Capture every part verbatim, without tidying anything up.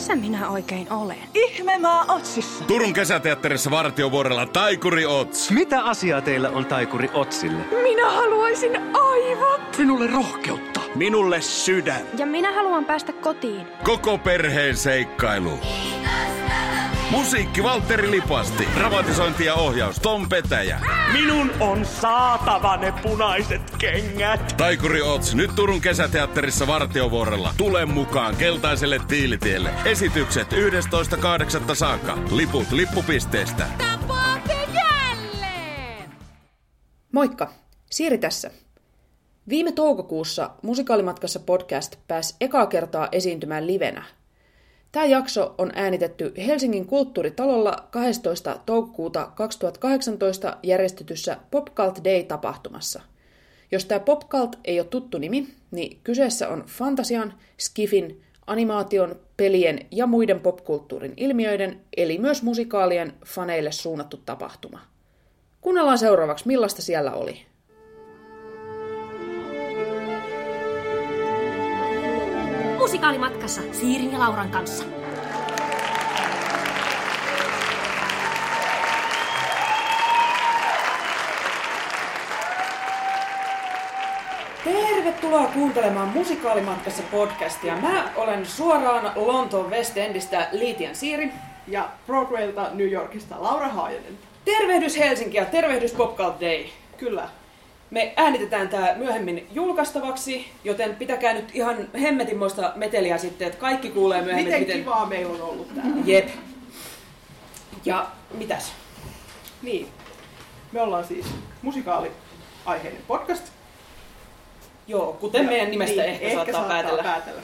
Missä minä oikein olen? Ihmemaa Otsissa. Turun kesäteatterissa Vartiovuorella Taikuri Ots. Mitä asiaa teillä on Taikuri Otsille? Minä haluaisin aivot. Minulle rohkeutta. Minulle sydän. Ja minä haluan päästä kotiin. Koko perheen seikkailu. Musiikki Valtteri Lipasti. Dramatisointi ja ohjaus Tom Petäjä. Minun on saatava ne punaiset kengät. Taikuri Ots nyt Turun kesäteatterissa Vartiovuorella. Tule mukaan keltaiselle Tiilitielle. Esitykset yhdestoista kahdeksatta saakka. Liput lippupisteestä. Tapaatte jälleen! Moikka, Siiri tässä. Viime toukokuussa Musikaalimatkassa podcast pääsi ekaa kertaa esiintymään livenä. Tämä jakso on äänitetty Helsingin kulttuuritalolla kahdestoista toukokuuta kaksituhattakahdeksantoista järjestetyssä PopCult Day-tapahtumassa. Jos tämä PopCult ei ole tuttu nimi, niin kyseessä on fantasian, skifin, animaation, pelien ja muiden popkulttuurin ilmiöiden, eli myös musikaalien faneille suunnattu tapahtuma. Kuunnellaan seuraavaksi, millaista siellä oli. Musikaalimatkassa Siirin ja Lauran kanssa. Tervetuloa kuuntelemaan Musikaalimatkassa podcastia. Mä olen suoraan Lontoon West Endistä Liitian Siiri. Ja Broadwaylta New Yorkista Laura Haajanen. Tervehdys Helsinki ja tervehdys PopCult Day. Kyllä. Me äänitetään tää myöhemmin julkaistavaksi, joten pitäkää nyt ihan hemmetinmoista meteliä sitten, että kaikki kuulee myöhemmin. Miten, miten... kivaa meillä on ollut täällä. Jep. Ja mitäs? Niin. Me ollaan siis musikaali-aiheinen podcast. Joo, kuten ja, meidän nimestä niin, ehkä, ehkä saattaa, saattaa päätellä. päätellä.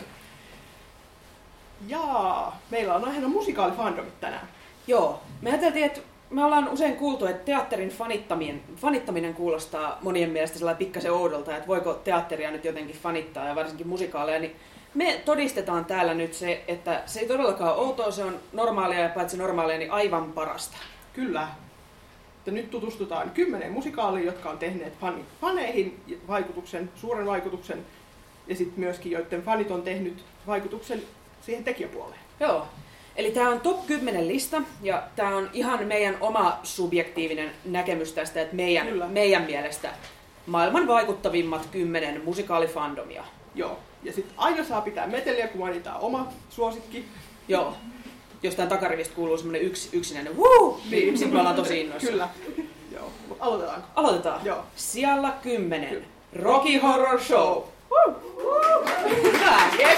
Ja meillä on aiheena musikaalifandomit tänään. Joo. Me ajateltiin, että me ollaan usein kuultu, että teatterin fanittaminen, fanittaminen kuulostaa monien mielestä sellainen pikkasen oudolta, että voiko teatteria nyt jotenkin fanittaa ja varsinkin musikaaleja, niin me todistetaan täällä nyt se, että se ei todellakaan ole outoa, se on normaalia ja paitsi normaalia, niin aivan parasta. Kyllä. Että nyt tutustutaan kymmeneen musikaaliin, jotka on tehneet fan, faneihin vaikutuksen, suuren vaikutuksen, ja sitten myöskin joiden fanit on tehnyt vaikutuksen siihen tekijäpuoleen. Joo. Eli tämä on top kymmenen lista, ja tämä on ihan meidän oma subjektiivinen näkemys tästä, että meidän, meidän mielestä maailman vaikuttavimmat kymmenen musikaalifandomia. Joo, ja sitten aina saa pitää meteliä, kun mainitaan oma suosikki. Joo, jostain takarivistä kuuluu semmoinen yksi, yksinäinen wuu, niin sitten me ollaan tosi innoissa. Kyllä. Joo, mutta aloitetaanko? Aloitetaan. Joo. Sijalla kymmenen. Rocky Horror Show. Hyvä, yes!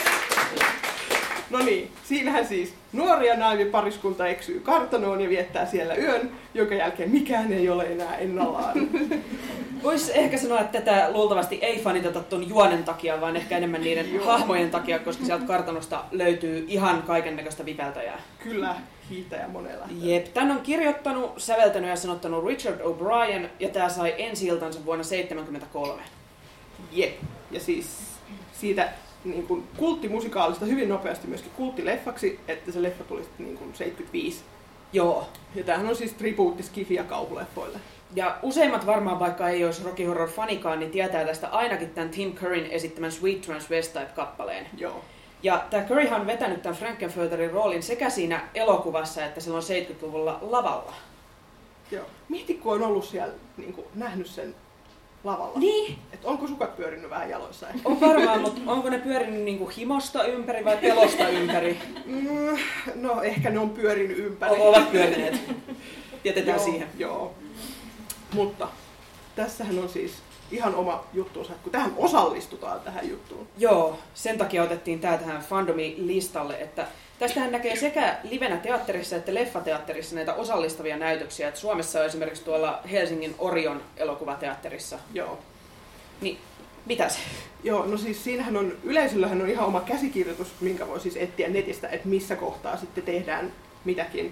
No niin, siinähän siis nuori ja naivi pariskunta eksyy kartanoon ja viettää siellä yön, jonka jälkeen mikään ei ole enää ennallaan. Voisi ehkä sanoa, että tätä luultavasti ei faniteta ton juonen takia, vaan ehkä enemmän niiden Joo. hahmojen takia, koska sieltä kartanosta löytyy ihan kaikennäköistä vipältäjää. Kyllä, hiihtäjä monella. Jep, tän on kirjoittanut, säveltänyt ja sanottanut Richard O'Brien, ja tää sai ensi-iltansa vuonna seitsemänkymmentäkolme. Jep, ja siis siitä niin kuin kulttimusikaalista hyvin nopeasti myöskin kulttileffaksi, että se leffa tuli sitten niin kuin seitsemänkymmentäviisi. Joo. Ja tämähän on siis tribuutti skifi- ja kauhuleffoille. Ja useimmat varmaan, vaikka ei olisi Rocky Horror fanikaan, niin tietää tästä ainakin tämän Tim Curryn esittämän Sweet Transvestite-kappaleen. Joo. Ja tämä Curryhan on vetänyt tämän Frankenfurterin roolin sekä siinä elokuvassa että silloin seitsemänkymmentäluvulla lavalla. Joo. Mieti, kun on ollut siellä niin kuin, nähnyt sen lavalla. Niin. Et onko sukat pyörinyt vähän jaloissa? On varmaan, mutta onko ne pyörinyt niinku himosta ympäri vai pelosta ympäri? Mm, no ehkä ne on pyörinyt ympäri. O- ovat pyörineet. Jätetään joo, siihen. Joo. Mutta tässähän on siis ihan oma juttuunsa, kun tähän osallistutaan tähän juttuun. Joo, sen takia otettiin tää tähän fandomi-listalle, että tästähän näkee sekä livenä teatterissa että leffateatterissa näitä osallistavia näytöksiä. Et Suomessa on esimerkiksi tuolla Helsingin Orion elokuvateatterissa. Joo. Niin, mitäs? Joo, no siis siinähän on, yleisöllähän on ihan oma käsikirjoitus, minkä voi siis etsiä netistä, että missä kohtaa sitten tehdään mitäkin.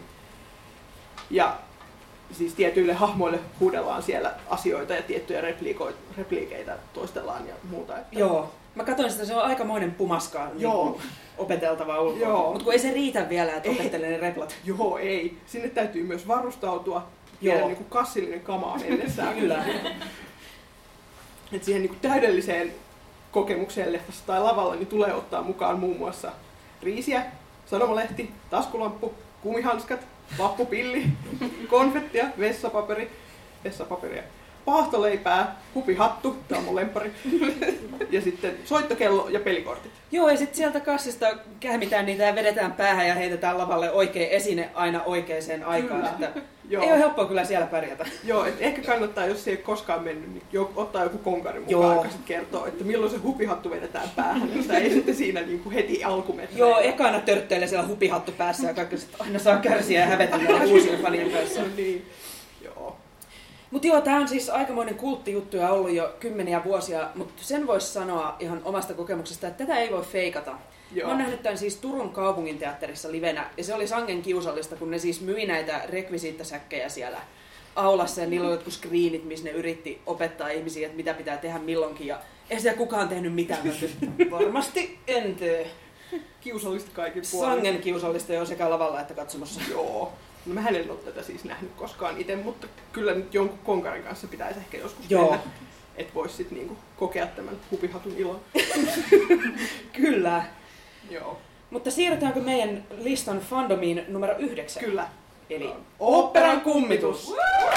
Ja siis tietyille hahmoille huudellaan siellä asioita ja tiettyjä repliikeitä toistellaan ja muuta. Että... Joo. Mä katsoin sitä, se on aikamoinen pumaskaa niin opeteltavaa ulkoa. Mutta kun ei se riitä vielä, että opettelee ne replat. Joo, ei. Sinne täytyy myös varustautua. Vielä niin kuin kassillinen kamaa mennessään. Kyllä. Et siihen niin kuin täydelliseen kokemukseen leffassa tai lavalla niin tulee ottaa mukaan muun muassa riisiä, sanomalehti, taskulamppu, kumihanskat, vappupilli, konfettia, vessapaperi, vessapaperia, paahtoleipää, hupihattu, tää on mun lemppari, ja sitten soittokello ja pelikortit. Joo, ja sitten sieltä kassista kähmitään niitä ja vedetään päähän ja heitetään lavalle oikea esine aina oikeaan aikaan. Että ei ole helppoa kyllä siellä pärjätä. Joo, et ehkä kannattaa, jos se ei ole koskaan mennyt, niin jo, ottaa joku konkari mukaan, joka sitten kertoo, että milloin se hupihattu vedetään päähän, josta ei sitten siinä niin kuin heti alkumetreillä. Joo, ekana törtteilee siellä hupihattu päässä ja kaikki aina saa kärsiä ja hävetellä uusien fanien kanssa. Niin, joo. Mutta joo, tää on siis aikamoinen kulttijuttu ja ollut jo kymmeniä vuosia, mutta sen voisi sanoa ihan omasta kokemuksesta, että tätä ei voi feikata. Joo. Mä oon nähnyt tämän siis Turun kaupunginteatterissa livenä, ja se oli sangen kiusallista, kun ne siis myi näitä rekvisiittasäkkejä siellä aulassa, ja niillä oli jotkut screenit, missä ne yritti opettaa ihmisiä, että mitä pitää tehdä milloinkin, ja ei siellä kukaan tehnyt mitään. Varmasti en tee. Kiusallista kaikin puolin. Sangen kiusallista jo sekä lavalla että katsomassa. Joo. No mä en ole tätä siis nähnyt koskaan itse, mutta kyllä nyt jonkun konkarin kanssa pitäisi ehkä joskus Joo. mennä, että voisi sitten niinku kokea tämän hupihatun ilon. Kyllä. Joo. Mutta siirrytäänkö meidän listan fandomiin numero yhdeksän? Kyllä. Eli no. Oopperan kummitus.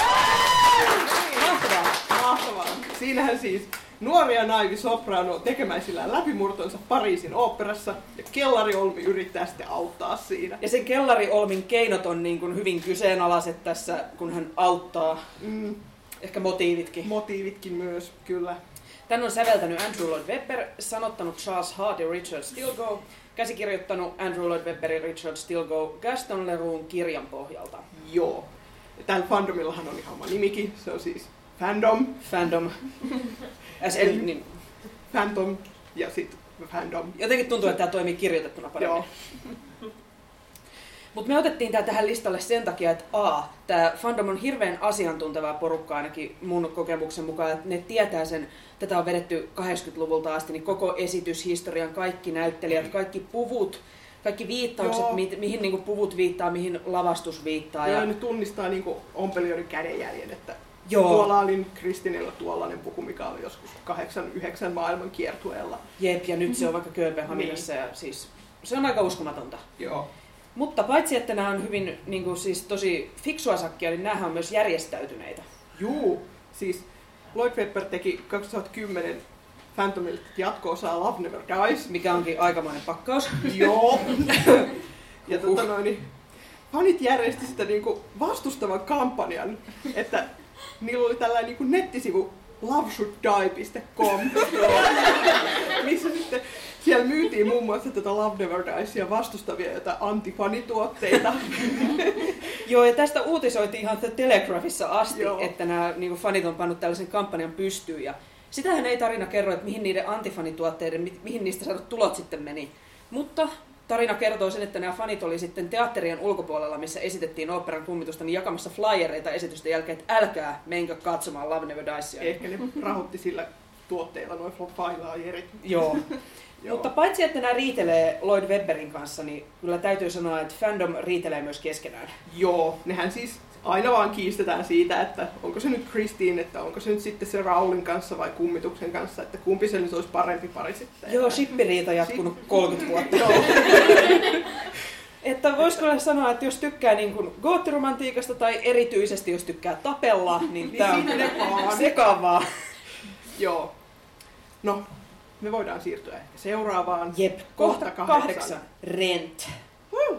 Mahtavaa. Mahtavaa. Siinähän siis nuori ja naivi soprano tekemäisillään läpimurtonsa Pariisin oopperassa, ja kellariolmi yrittää sitten auttaa siinä. Ja sen kellariolmin keinot on niin kuin hyvin kyseenalaiset tässä, kun hän auttaa. Mm. Ehkä motiivitkin. Motiivitkin myös, kyllä. Tän on säveltänyt Andrew Lloyd Webber, sanottanut Charles Hart ja Richard Stilgoe, käsikirjoittanut Andrew Lloyd Webber ja Richard Stilgoe Gaston Leroux kirjan pohjalta. Joo. Ja tällä fandomillahan on ihan oma nimikin, se on siis Fandom. Fandom. S L, niin. Phantom ja sitten Fandom. Jotenkin tuntuu, että tämä toimii kirjoitettuna paremmin. Joo. Mutta me otettiin tämä tähän listalle sen takia, että a, tämä fandom on hirveän asiantuntevaa porukkaa ainakin mun kokemuksen mukaan, että ne tietää sen, tätä on vedetty kahdeksankymmentäluvulta asti, niin koko esityshistorian, kaikki näyttelijät, kaikki puvut, kaikki viittaukset, mi- mihin niinku puvut viittaa, mihin lavastus viittaa. Ja, ja ne tunnistaa niinku ompelijoiden kädenjäljen, että joo. Tuolla oli Kristinellä tuollainen puku, mikä oli joskus kahdeksan yhdeksän maailman kiertueella. Jep, ja nyt se on vaikka Kööpenhaminassa niin. Ja siis se on aika uskomatonta. Joo. Mutta paitsi, että nämä on hyvin niin kuin, siis tosi fiksua sakkia, niin nämähän on myös järjestäytyneitä. Juu, siis Lloyd Webber teki kaksituhattakymmenen Phantomilta jatko-osaa Love Never Dies. Mikä onkin aikamoinen pakkaus. Joo. Ja tota noin, niin fanit järjesti sitä niinku vastustavan kampanjan, että niillä oli tällainen niinku nettisivu love should die piste com, missä sitten siellä myytiin muun muassa tätä Love Never Diesia vastustavia jotain antifanituotteita. Joo, ja tästä uutisoitiin ihan The Telegraphissa asti, Joo. että nämä niin kuin fanit on pannut tällaisen kampanjan pystyyn. Ja sitähän ei tarina kerro, että mihin niiden antifanituotteiden, mi- mihin niistä saadut tulot sitten meni. Mutta tarina kertoo sen, että nämä fanit oli sitten teatterien ulkopuolella, missä esitettiin oopperan kummitusta, niin jakamassa flyereita esitysten jälkeen, että älkää menkö katsomaan Love Never Diesia. Ehkä ne rahoitti sillä tuotteilla noin failaajerit. Joo. Joo. Mutta paitsi, että nämä riitelee Lloyd Webberin kanssa, niin kyllä täytyy sanoa, että fandom riitelee myös keskenään. Joo, nehän siis aina vaan kiistetään siitä, että onko se nyt Christine, että onko se nyt sitten se Raulin kanssa vai kummituksen kanssa, että kumpi se nyt olisi parempi pari sitten. Joo, shippiriita jatkunut kolmekymmentä vuotta. Joo. Että voisiko sanoa, että jos tykkää niin kuin goottiromantiikasta tai erityisesti jos tykkää tapella, niin, Niin tää on sinne vaan. sekavaa. Joo. No, me voidaan siirtyä ehkä seuraavaan. Jep, kohta kahdeksan. Rent. Woo!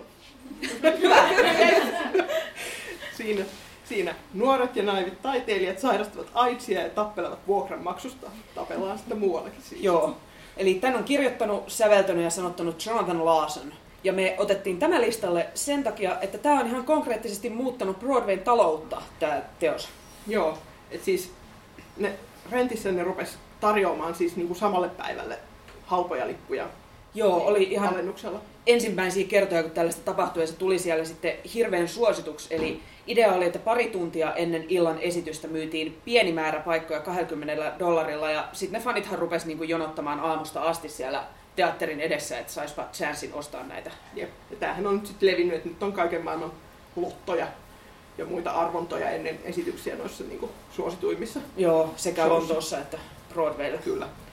siinä, siinä nuoret ja naivit taiteilijat sairastavat AIDSia ja tappelevat vuokranmaksusta. Tapellaan sitten muuallakin siitä. Joo. Eli tän on kirjoittanut, säveltänyt ja sanottanut Jonathan Larson. Ja me otettiin tämä listalle sen takia, että tämä on ihan konkreettisesti muuttanut Broadwayn taloutta, tämä teos. Joo, et siis ne Rentissä ne rupes tarjoamaan siis niinku samalle päivälle halpoja lippuja. Joo, oli ihan alennuksella. Ensimmäisiä kertoja, kun tällaista tapahtui, ja se tuli siellä sitten hirveän suosituksi. Eli idea oli, että pari tuntia ennen illan esitystä myytiin pieni määrä paikkoja kaksikymmentä dollarilla, ja sitten ne fanithan rupesi niinku jonottamaan aamusta asti siellä teatterin edessä, että saisipa chanssin ostaa näitä. Jep. Ja tämähän on nyt sitten levinnyt, että nyt on kaiken maailman lottoja ja muita arvontoja ennen esityksiä noissa niinku suosituimmissa. Joo, sekä Shows. Lontoossa että Broadwaylla. Kyllä.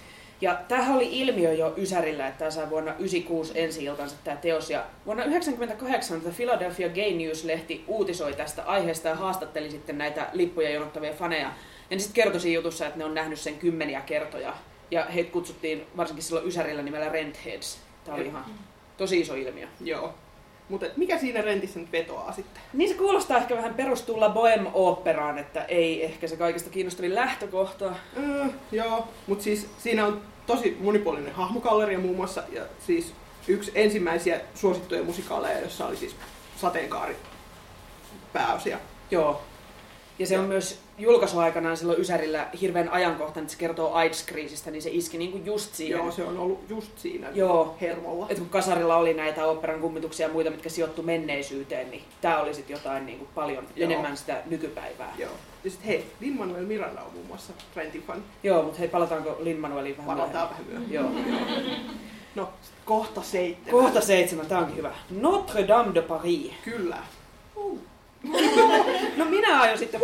Ja tämähän oli ilmiö jo Ysärillä, että tämä sai vuonna yhdeksänkymmentäkuusi ensi-iltansa tämä teos. Ja vuonna yhdeksänkymmentäkahdeksan The Philadelphia Gay News-lehti uutisoi tästä aiheesta ja haastatteli sitten näitä lippuja jonottavia faneja. Ja ne sitten kertoi siinä jutussa, että ne on nähnyt sen kymmeniä kertoja. Ja heitä kutsuttiin varsinkin silloin Ysärillä nimellä Rentheads. Tämä oli ihan tosi iso ilmiö. Joo. Mutta mikä siinä Rentissä nyt vetoaa sitten? Niin se kuulostaa ehkä vähän perustuu La Bohème-oopperaan, että ei ehkä se kaikista kiinnostavin lähtökohta. Mm, joo, mutta siis siinä on tosi monipuolinen hahmogalleria muun muassa. Ja siis yksi ensimmäisiä suosittuja musikaaleja, jossa oli siis sateenkaari pääosia. Joo. Ja se on myös julkaisuaikanaan silloin Ysärillä hirveän ajankohtainen, että se kertoo AIDS-kriisistä, niin se iski niinku just siihen. Joo, se on ollut just siinä Joo. hermolla. Et kun kasarilla oli näitä oopperan kummituksia ja muita, mitkä sijoittu menneisyyteen, niin tää oli sitten jotain niinku paljon Joo. enemmän sitä nykypäivää. Joo. Ja sit hei, Lin-Manuel Miranda on muun muassa Rentin fani. Joo, mutta hei, palataanko Lin-Manueliin vähän Palataan vähän myöhemmin. Joo. No, kohta seitsemän. Kohta seitsemän, tää onkin hyvä. Notre Dame de Paris. Kyllä. Uh. No minä aion sitten...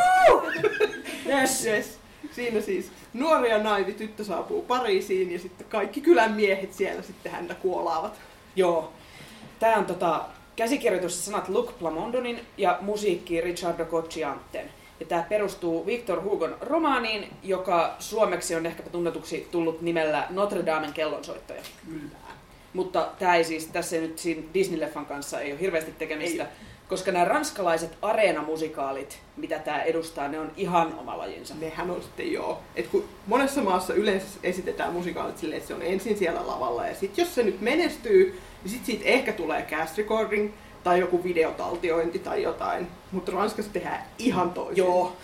Yes. Yes. Siinä siis nuori ja naivi tyttö saapuu Pariisiin ja sitten kaikki kylän miehet siellä sitten häntä kuolaavat. Joo. Tää on tota, käsikirjoitus sanat Luc Plamondonin ja musiikki Ricciardo Coccianten. Ja tää perustuu Victor Hugon romaaniin, joka suomeksi on ehkäpä tunnetuksi tullut nimellä Notre Damen kellonsoittaja. Kyllä. Mutta tää ei siis, tässä ei nyt siinä Disney-leffan kanssa ei ole hirveästi tekemistä. Ei. Koska nämä ranskalaiset areenamusikaalit, mitä tämä edustaa, ne on ihan oma lajinsa. Nehän on sitten joo. Et kun monessa maassa yleensä esitetään musikaalit silleen, että se on ensin siellä lavalla ja sitten jos se nyt menestyy, niin sitten siitä ehkä tulee cast recording tai joku videotaltiointi tai jotain. Mutta Ranskassa tehdään ihan toisin. Joo.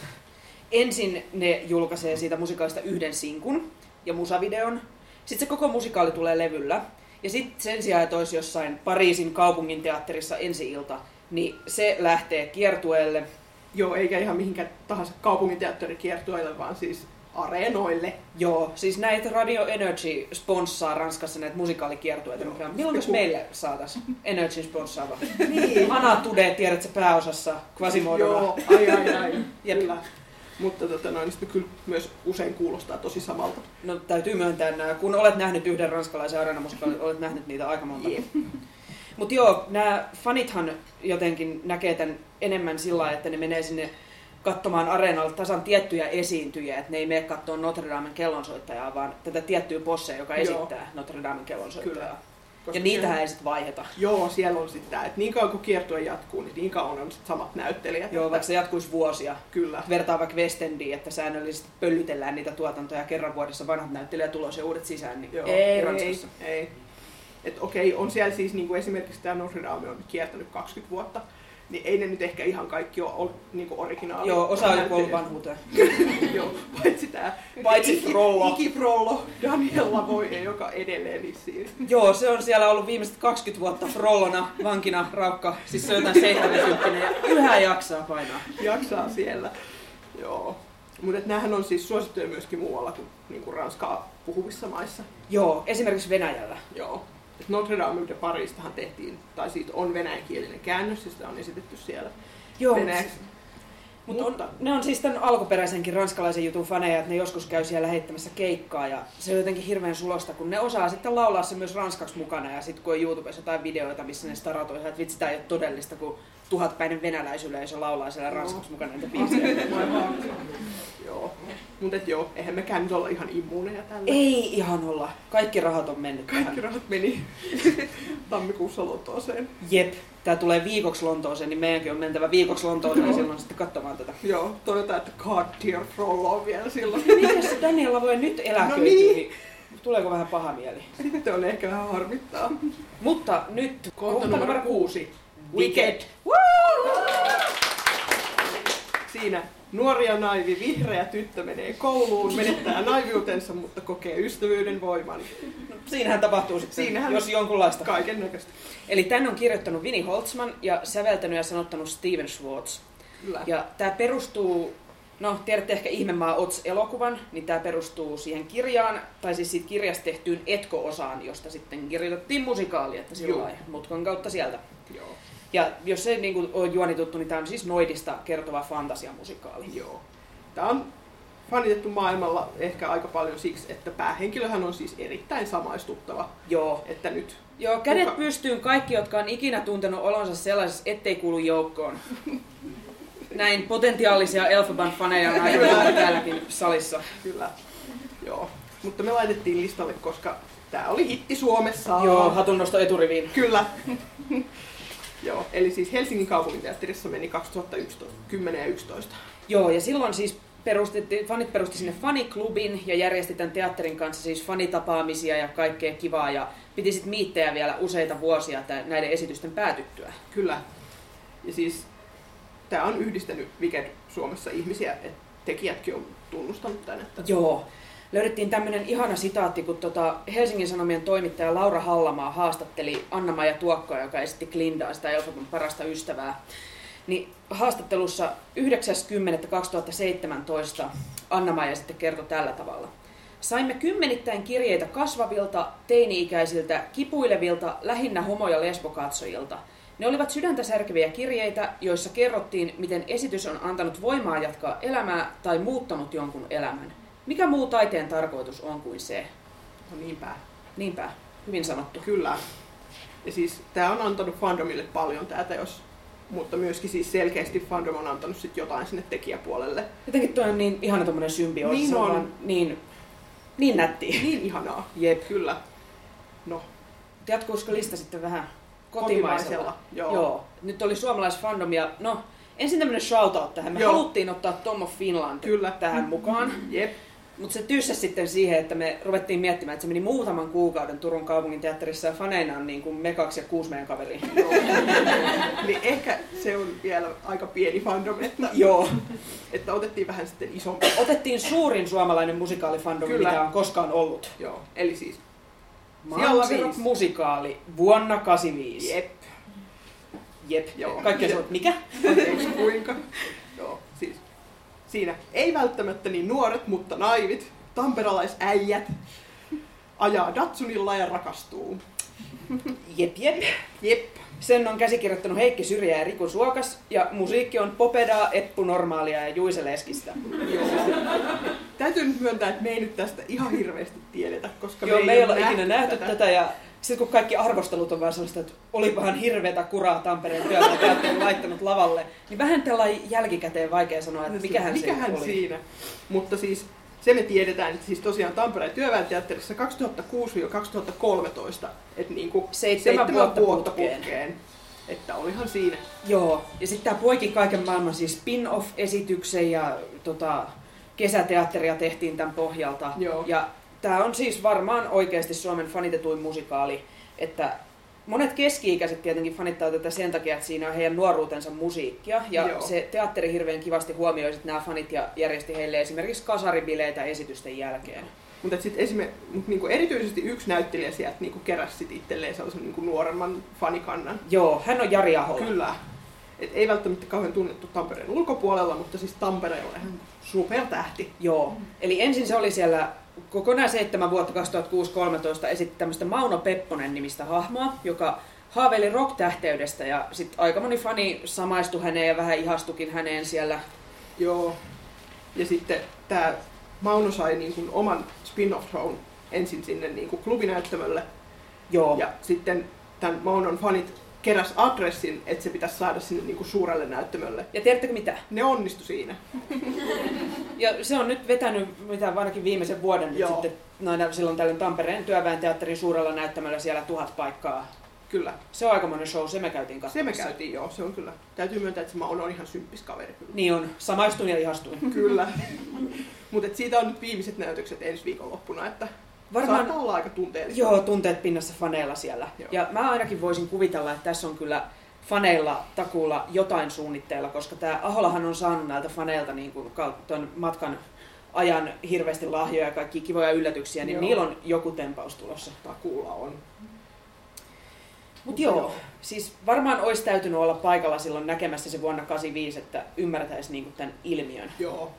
Ensin ne julkaisee siitä musikaalista yhden sinkun ja musavideon. Sitten se koko musikaali tulee levyllä. Ja sitten sen sijaan, että olisi jossain Pariisin kaupunginteatterissa ensi-ilta, niin se lähtee kiertueelle. Joo, eikä ihan mihinkään tahansa kaupunginteatterikiertueelle, vaan siis areenoille. Joo, siis näitä Radio Energy sponssaa Ranskassa näitä musikaalikiertueita. Milloin meille saatais Energy sponssaava? Niin. Ana Tude, tiedätkö pääosassa Quasimodolla? Joo, ai ai ai. Kyllä. Mutta tota, noin, niin kyllä myös usein kuulostaa tosi samalta. No täytyy myöntää nämä. Kun olet nähnyt yhden ranskalaisen areenamusikaalin, olet nähnyt niitä aika monta. Yeah. Mutta joo, nämä fanithan jotenkin näkee tämän enemmän sillä lailla, että ne menee sinne katsomaan areenalle tasan tiettyjä esiintyjiä, että ne ei mene katsoa Notre Damen kellonsoittajaa, vaan tätä tiettyä bossia, joka joo. esittää Notre Damen kellonsoittajaa. Ja niitähän ei sitten vaiheta. Joo, siellä on sitten tämä, että niin kauan kun kiertue jatkuu, niin niin kauan on sitten samat näyttelijät. Joo, vaikka se jatkuisi vuosia. Kyllä. Vertaa vaikka West Endiin, että säännöllisesti pöllytellään niitä tuotantoja kerran vuodessa vanhat näyttelijät tulos ja uudet sisään. Niin joo, ei, ei, ei. Että okei, on siellä siis niin kuin esimerkiksi tämä Notre Dame on kiertänyt kaksikymmentä vuotta, niin ei ne nyt ehkä ihan kaikki ole niin kuin originaali. Joo, osa on kuollut vanhuuteen. Joo, paitsi tämä paitsi Frollo. Ikifrollo Daniel Lavoie, joka edelleen vissiin. Joo, se on siellä ollut viimeiset kaksikymmentä vuotta Frollona, vankina, raukka, siis se on jotain seitsemänkymmentä ja yhä jaksaa painaa. Jaksaa siellä, joo. Mutta näähän on siis suosittuja myöskin muualla kuin, niin kuin ranskaa puhuvissa maissa. Joo, esimerkiksi Venäjällä. Joo. Notre Dame de Paristahan tehtiin, tai siitä on venäjänkielinen käännös, ja sitä on esitetty siellä Joo, venäjäksi. Mutta on, ne on siis tämän alkuperäisenkin ranskalaisen jutun faneja, että ne joskus käy siellä heittämässä keikkaa, ja se on jotenkin hirveän sulosta, kun ne osaa sitten laulaa se myös ranskaksi mukana, ja sitten kun on YouTubessa jotain videoita, missä ne staratoi, että vitsi, tää ei ole todellista, kun tuhatpäinen venäläisyleisö laulaa siellä ranskaksi mukana niitä biisejä. Joo. Mutta joo, eihän mekään nyt olla ihan immuuneja tällä. Ei ihan olla. Kaikki rahat on mennyt Kaikki tähän. rahat meni tammikuussa Lontooseen. Jep. Tää tulee viikoksi Lontooseen, niin meidänkin on mentävä viikoksi Lontooseen ja silloin sitten katsomaan tätä. Joo, toivotaan, että Cartier Frollo on vielä silloin. Miten se Daniela voi nyt eläköityä, no niin. niin tuleeko vähän paha mieli? Sitten on ehkä vähän harmittaa. Mutta nyt kohta numero kuusi. Wicked. Siinä nuori ja naivi vihreä tyttö menee kouluun, menettää naiviutensa, mutta kokee ystävyyden voiman. No, siinähän tapahtuu sitten, Siinähän jos jonkunlaista. Kaiken näköistä. Eli tän on kirjoittanut Vinnie Holtzman ja säveltänyt ja sanottanut Steven Schwartz. Kyllä. Ja tää perustuu, no tiedätte ehkä Ihmemaa Oz-elokuvan, niin tää perustuu siihen kirjaan, tai siis siitä kirjasta tehtyyn Etko-osaan, josta sitten kirjoitettiin musikaali, että sillä mutkan kautta sieltä. Joo. Ja jos se niin kuin on juonituttu, niin tämä on siis noidista kertova fantasiamusikaali. Joo. Tämä on fanitettu maailmalla ehkä aika paljon siksi, että päähenkilöhän on siis erittäin samaistuttava. Joo. Että nyt... Joo, kädet kuka... pystyyn kaikki, jotka on ikinä tuntenut olonsa sellaisessa, ettei kuulu joukkoon. Näin potentiaalisia Elphaba-faneja on aika täälläkin salissa. Kyllä. Joo. Mutta me laitettiin listalle, koska tää oli hitti Suomessa. Joo, hatunnosto eturiviin. Kyllä. Joo, eli siis Helsingin kaupunginteatterissa meni kaksituhattakymmenen ja yksitoista. Joo, ja silloin siis perustettiin, fanit perusti sinne faniklubin ja järjesti tämän teatterin kanssa siis fanitapaamisia ja kaikkea kivaa ja piti sitten miittejä vielä useita vuosia näiden esitysten päätyttyä. Kyllä. Ja siis tää on yhdistänyt Wicked Suomessa ihmisiä, että tekijätkin on tunnustanut tän. Että... Joo. Löydettiin tämmöinen ihana sitaatti, kun tota Helsingin Sanomien toimittaja Laura Hallamaa haastatteli Anna-Maija Tuokkoa, joka esitti Glindaa, sitä Elphaban parasta ystävää. Niin haastattelussa yhdeksäs kymmenettä kaksituhattaseitsemäntoista Anna-Maija sitten kertoi tällä tavalla. Saimme kymmenittäin kirjeitä kasvavilta, teini-ikäisiltä, kipuilevilta, lähinnä homo- ja lesbokatsojilta. Ne olivat sydäntä särkeviä kirjeitä, joissa kerrottiin, miten esitys on antanut voimaa jatkaa elämää tai muuttanut jonkun elämän. Mikä muu taiteen tarkoitus on kuin se? No niinpä. Niinpä. Hyvin sanottu. Kyllä. Ja siis tää on antanut fandomille paljon täältä, jos... mutta myöskin siis selkeästi fandom on antanut sit jotain sinne tekijäpuolelle. Jotenkin toi on niin ihana tommonen symbioosi. Niin on. on. Niin, niin nättiä. Niin ihanaa. Jep. Kyllä. No. Jatkuusko lista sitten vähän kotimaisella? Kotimaisella. Joo. Joo. Nyt oli suomalaisfandom ja no, ensin tämmönen shoutout tähän. Me Joo. haluttiin ottaa Tom of Finland Kyllä. tähän mukaan. Jep. Mutta se tyssäsi sitten siihen, että me ruvettiin miettimään, että se meni muutaman kuukauden Turun kaupunginteatterissa ja faneina on niin kuin me kaksi ja kuusi meidän kaveria. Niin ehkä se on vielä aika pieni fandom, että, Joo. että otettiin vähän sitten isompi. Otettiin suurin suomalainen musikaalifandom, Kyllä. mitä on koskaan ollut. Joo, eli siis Mansirock musikaali vuonna kahdeksankymmentäviisi. Jep. Jep. Joo. Kaikki sanoo, että mikä? Anteeksi kuinka. Joo, siis siinä ei välttämättä niin nuoret, mutta naivit, tamperalaisäijät ajaa Datsunilla ja rakastuu. Jep, jep. Jep. Sen on käsikirjoittanut Heikki Syrjä ja Riku Suokas, ja musiikki on Popedaa, Eppu Normaalia ja Juise Leskistä. Joo. Täytyy nyt myöntää, että me ei nyt tästä ihan hirveästi tiedetä, koska Joo, me ei, me ei ole olla ikinä nähty tätä, tätä ja sitten kun kaikki arvostelut on vaan sellaista, että olipahan hirveätä kuraa Tampereen työllä teatterin laittanut lavalle, niin vähän tällainen jälkikäteen vaikea sanoa, että mikähän, mikähän se oli. siinä. Mutta siis se me tiedetään, että siis tosiaan Tampereen työväenteatterissa kaksituhattakuusi kaksituhattakolmetoista, että niinku seitsemän, seitsemän vuotta, vuotta putkeen. putkeen. Että olihan siinä. Joo, ja sitten tämä poiki kaiken maailman siis spin-off-esityksen ja tota, kesäteatteria tehtiin tämän pohjalta. Joo. Ja tämä on siis varmaan oikeasti Suomen fanitetuin musikaali, että monet keski-ikäiset tietenkin fanittaa tätä sen takia, että siinä on heidän nuoruutensa musiikkia. Ja Joo. se teatteri hirveän kivasti huomioi nämä fanit ja järjesti heille esimerkiksi kasaribileitä esitysten jälkeen. Mutta sitten mut niinku erityisesti yksi näyttelijä sieltä niinku keräsi sit itselleen sellaisen niinku nuoremman fanikannan. Joo, hän on Jari Ahola. Kyllä. Et ei välttämättä kauhean tunnettu Tampereen ulkopuolella, mutta siis Tampereella ihan supertähti. Joo, eli ensin se oli siellä kokonaan seitsemän vuotta kaksituhattakuusi kolmetoista esitti tämmöistä Mauno Pepponen nimistä hahmoa, joka haaveili rock-tähteydestä ja sitten aika moni fani samaistui häneen ja vähän ihastukin häneen siellä. Joo. Ja sitten tämä Mauno sai niin kuin oman spin-off-shown ensin sinne niin kuin klubinäyttämölle. Joo. Ja sitten tämän Maunon fanit keräs adressin, että se pitäisi saada sinne niin kuin suurelle näyttämölle. Ja tiedättekö mitä? Ne onnistu siinä. Ja se on nyt vetänyt mitä ainakin viimeisen vuoden nyt Joo. sitten noina, silloin tällöin Tampereen työväenteatterin suurella näyttämöllä siellä tuhat paikkaa. Kyllä. Se on aikamoinen show, se me käytiin katsomassa. Se me käytiin, joo. Se on kyllä. Täytyy myöntää, että se Mauno on ihan symppis kaveri. Kyllä. Niin on. Samaistuin ja ihastuin. Kyllä. Mutta siitä on nyt viimeiset näytökset ensi viikonloppuna, että Varmaan saattaa olla aika tunteellista. Joo, tunteet pinnassa faneilla siellä. Joo. Ja mä ainakin voisin kuvitella, että tässä on kyllä faneilla takuulla jotain suunnitteilla, koska tämä Aholahan on saanut näiltä faneilta niin kuin ton matkan ajan hirveästi lahjoja ja kaikki kivoja yllätyksiä, niin Joo. niillä on joku tempaus tulossa. Takuulla on. Mut joo, joo, siis varmaan olisi täytynyt olla paikalla silloin näkemässä se vuonna kahdeksankymmentäviisi, että ymmärtäisi niin kuin tämän ilmiön. Joo.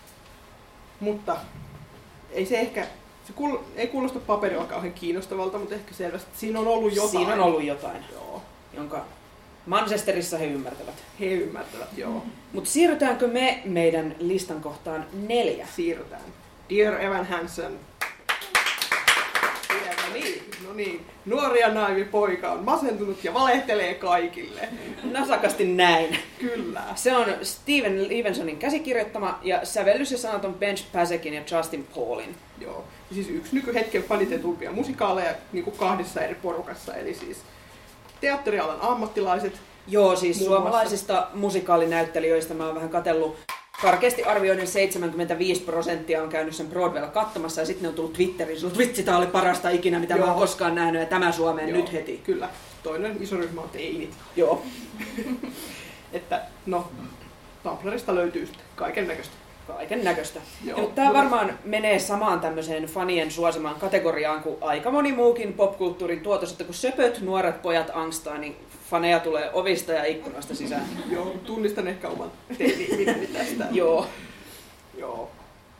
Mutta ei se ehkä, se kuul, ei kuulosta paperilla kauhean kiinnostavalta, mutta ehkä selvästi siinä on ollut jotain. Siinä on ollut jotain, Joo. jonka Manchesterissa he ymmärtävät. He ymmärtävät, joo. Mutta siirrytäänkö me meidän listan kohtaan neljä? Siirrytään. Dear Evan Hansen. No niin, no niin. Nuori ja naivi poika on masentunut ja valehtelee kaikille. Nasakasti näin. Kyllä. Se on Steven Levensonin käsikirjoittama ja sävellys ja sanat on Ben Pasekin ja Justin Paulin. Joo. Siis yksi nykyhetken fanitetumpia musikaaleja niin kuin kahdessa eri porukassa, eli siis teatterialan ammattilaiset. Joo, siis suomalaisista musikaalinäyttelijöistä mä oon vähän katsellut. Karkeasti arvioiden seitsemänkymmentäviisi prosenttia on käynyt sen Broadwaylla katsomassa ja sitten ne on tullut Twitteriin. Sulla vitsi, tää oli parasta ikinä, mitä Joo. mä oon koskaan nähnyt ja tämä Suomeen Joo. nyt heti. Kyllä. Toinen iso ryhmä on teinit. Joo. Että no, Tumblrista löytyy sitten kaiken näköistä. Kaiken näköistä. Tämä varmaan menee samaan tämmöiseen fanien suosimaan kategoriaan kuin aika moni muukin popkulttuurin tuotos, että kun söpöt nuoret pojat angstaa, niin faneja tulee ovista ja ikkunoista sisään. Joo, tunnistan ehkä oman teini-nimeni tästä. Joo. Joo.